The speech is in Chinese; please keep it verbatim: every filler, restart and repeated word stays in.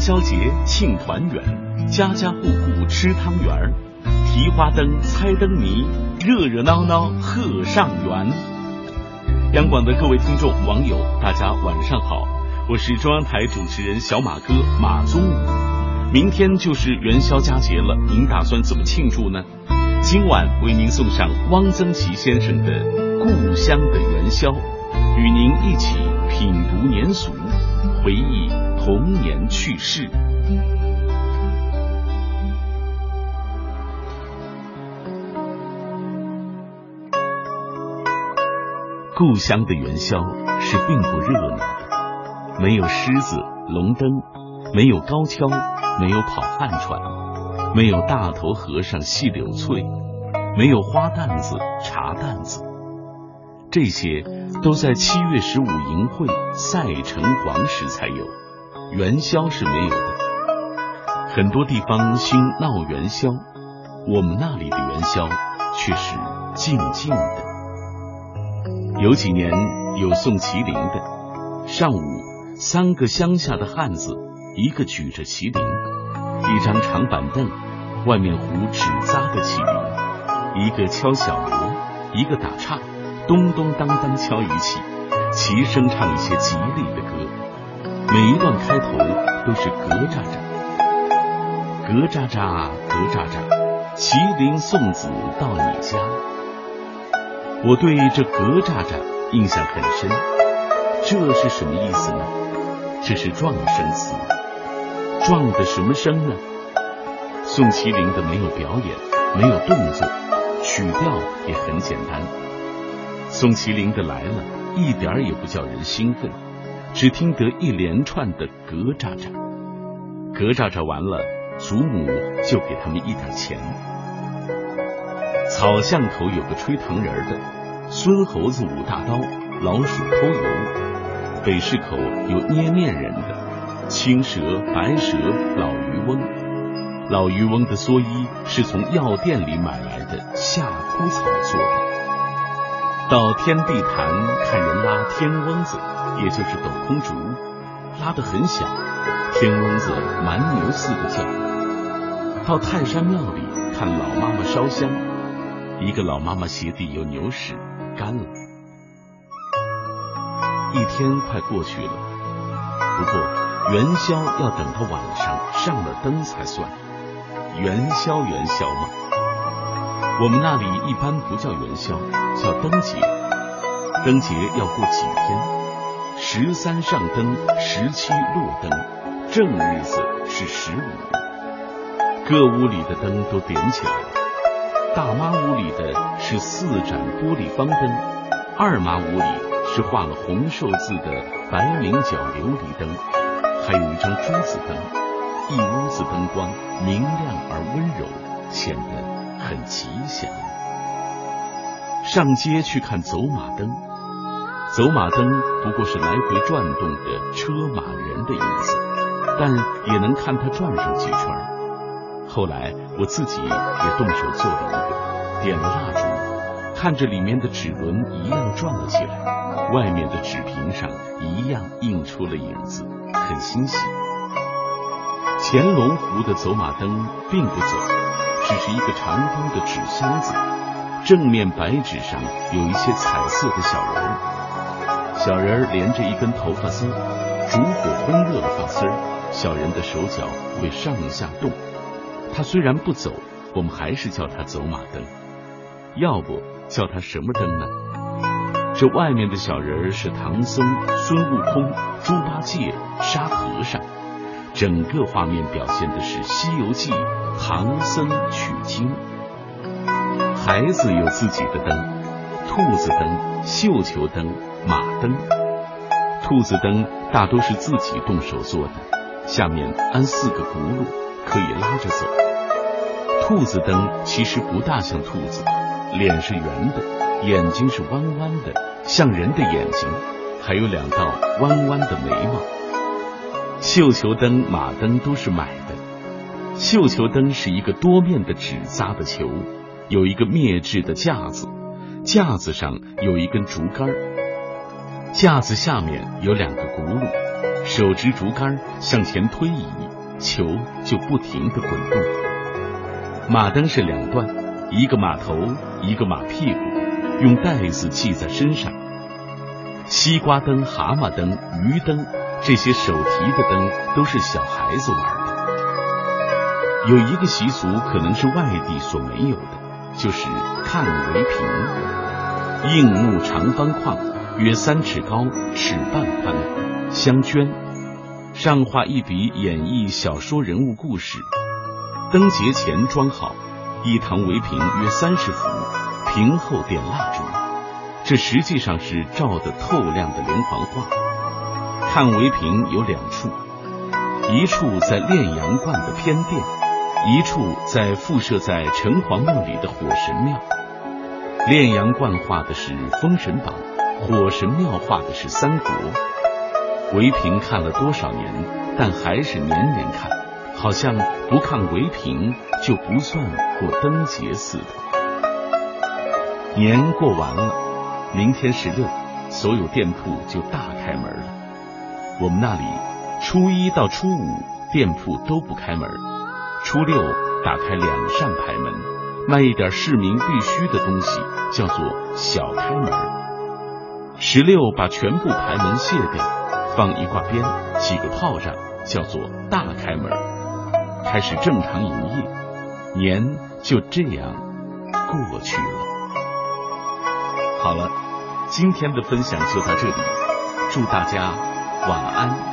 宵节庆团圆，家家户户吃汤圆儿，提花灯、猜灯谜，热热闹闹贺上元。央广的各位听众、网友，大家晚上好，我是中央台主持人小马哥马宗武。明天就是元宵佳节了，您打算怎么庆祝呢？今晚为您送上汪曾祺先生的《故乡的元宵》，与您一起品读年俗，回忆童年趣事。故乡的元宵是并不热闹的，没有狮子、龙灯，没有高跷，没有跑旱船，没有大头和尚戏柳翠，没有花担子、茶担子，这些都在七月十五迎会赛城隍时才有，元宵是没有的。很多地方兴闹元宵，我们那里的元宵却是静静的。有几年有送麒麟的，上午三个乡下的汉子，一个举着麒麟，一张长板凳，外面糊纸扎的麒麟，一个敲小锣，一个打岔，咚咚当当敲一气，齐声唱一些吉利的歌，每一段开头都是咯喳喳，咯喳喳，咯喳喳，麒麟送子到你家。我对这咯喳喳印象很深，这是什么意思呢？这是撞声词。撞的什么声呢？送麒麟的没有表演，没有动作，曲调也很简单。送麒麟的来了，一点也不叫人兴奋，只听得一连串的咯喳喳。咯喳喳完了，祖母就给他们一点钱。草巷头有个吹糖人的，孙猴子舞大刀，老鼠偷油；北市口有捏面人的，青蛇、白蛇、老渔翁。老渔翁的蓑衣是从药店里买来的夏枯草做的。到天地坛看人拉天翁子，也就是斗空竹，拉得很响，天翁子蛮牛似的叫。到泰山庙里看老妈妈烧香，一个老妈妈鞋底有牛屎干了。一天快过去了，不过元宵要等到晚上上了灯才算。元宵元宵嘛，我们那里一般不叫元宵，叫灯节。灯节要过几天，十三上灯，十七落灯，正日子是十五。各屋里的灯都点起来了，大妈屋里的是四盏玻璃方灯，二妈屋里是画了红寿字的白菱角琉璃灯，还有一张珠子灯，一屋子灯光明亮而温柔，显得很吉祥。上街去看走马灯，走马灯不过是来回转动的车马人的影子，但也能看它转上几圈。后来我自己也动手做了一个，点了蜡烛，看着里面的齿轮一样转了起来，外面的纸屏上一样映出了影子，很欣喜。乾隆湖的走马灯并不走，只是一个长方的纸箱子，正面白纸上有一些彩色的小人儿，小人儿连着一根头发丝，烛火烘热了发丝儿，小人的手脚会上下动。他虽然不走，我们还是叫他走马灯，要不叫他什么灯呢？这外面的小人儿是唐僧、孙悟空、猪八戒、沙和尚，整个画面表现的是《西游记》唐僧取经。孩子有自己的灯，兔子灯、绣球灯、马灯。兔子灯大都是自己动手做的，下面安四个轱辘，可以拉着走。兔子灯其实不大像兔子，脸是圆的，眼睛是弯弯的，像人的眼睛，还有两道弯弯的眉毛。绣球灯、马灯都是买的。绣球灯是一个多面的纸扎的球，有一个篾制的架子，架子上有一根竹竿，架子下面有两个轱辘，手执竹竿向前推移， 球就不停地滚动。马灯是两段，一个马头，一个马屁股，用带子系在身上。西瓜灯、蛤蟆灯、鱼灯，这些手提的灯都是小孩子玩的。有一个习俗可能是外地所没有的，就是看围屏。硬木长方框，约三尺高，尺半宽，镶绢，上画一笔演绎小说人物故事。灯节前装好，一堂围屏约三十幅，屏后点蜡烛，这实际上是照得透亮的连环画。看围屏有两处，一处在炼阳观的偏殿，一处在附设在城隍庙里的火神庙。炼阳观画的是《封神榜》，火神庙画的是三国。围屏看了多少年，但还是年年看，好像不看围屏就不算过灯节似的。年过完了，明天十六，所有店铺就大开门了。我们那里初一到初五店铺都不开门，初六打开两扇排门，卖一点市民必须的东西，叫做小开门。十六把全部排门卸掉，放一挂鞭，起个炮仗，叫做大开门，开始正常营业。年就这样过去了。好了，今天的分享就到这里，祝大家晚安。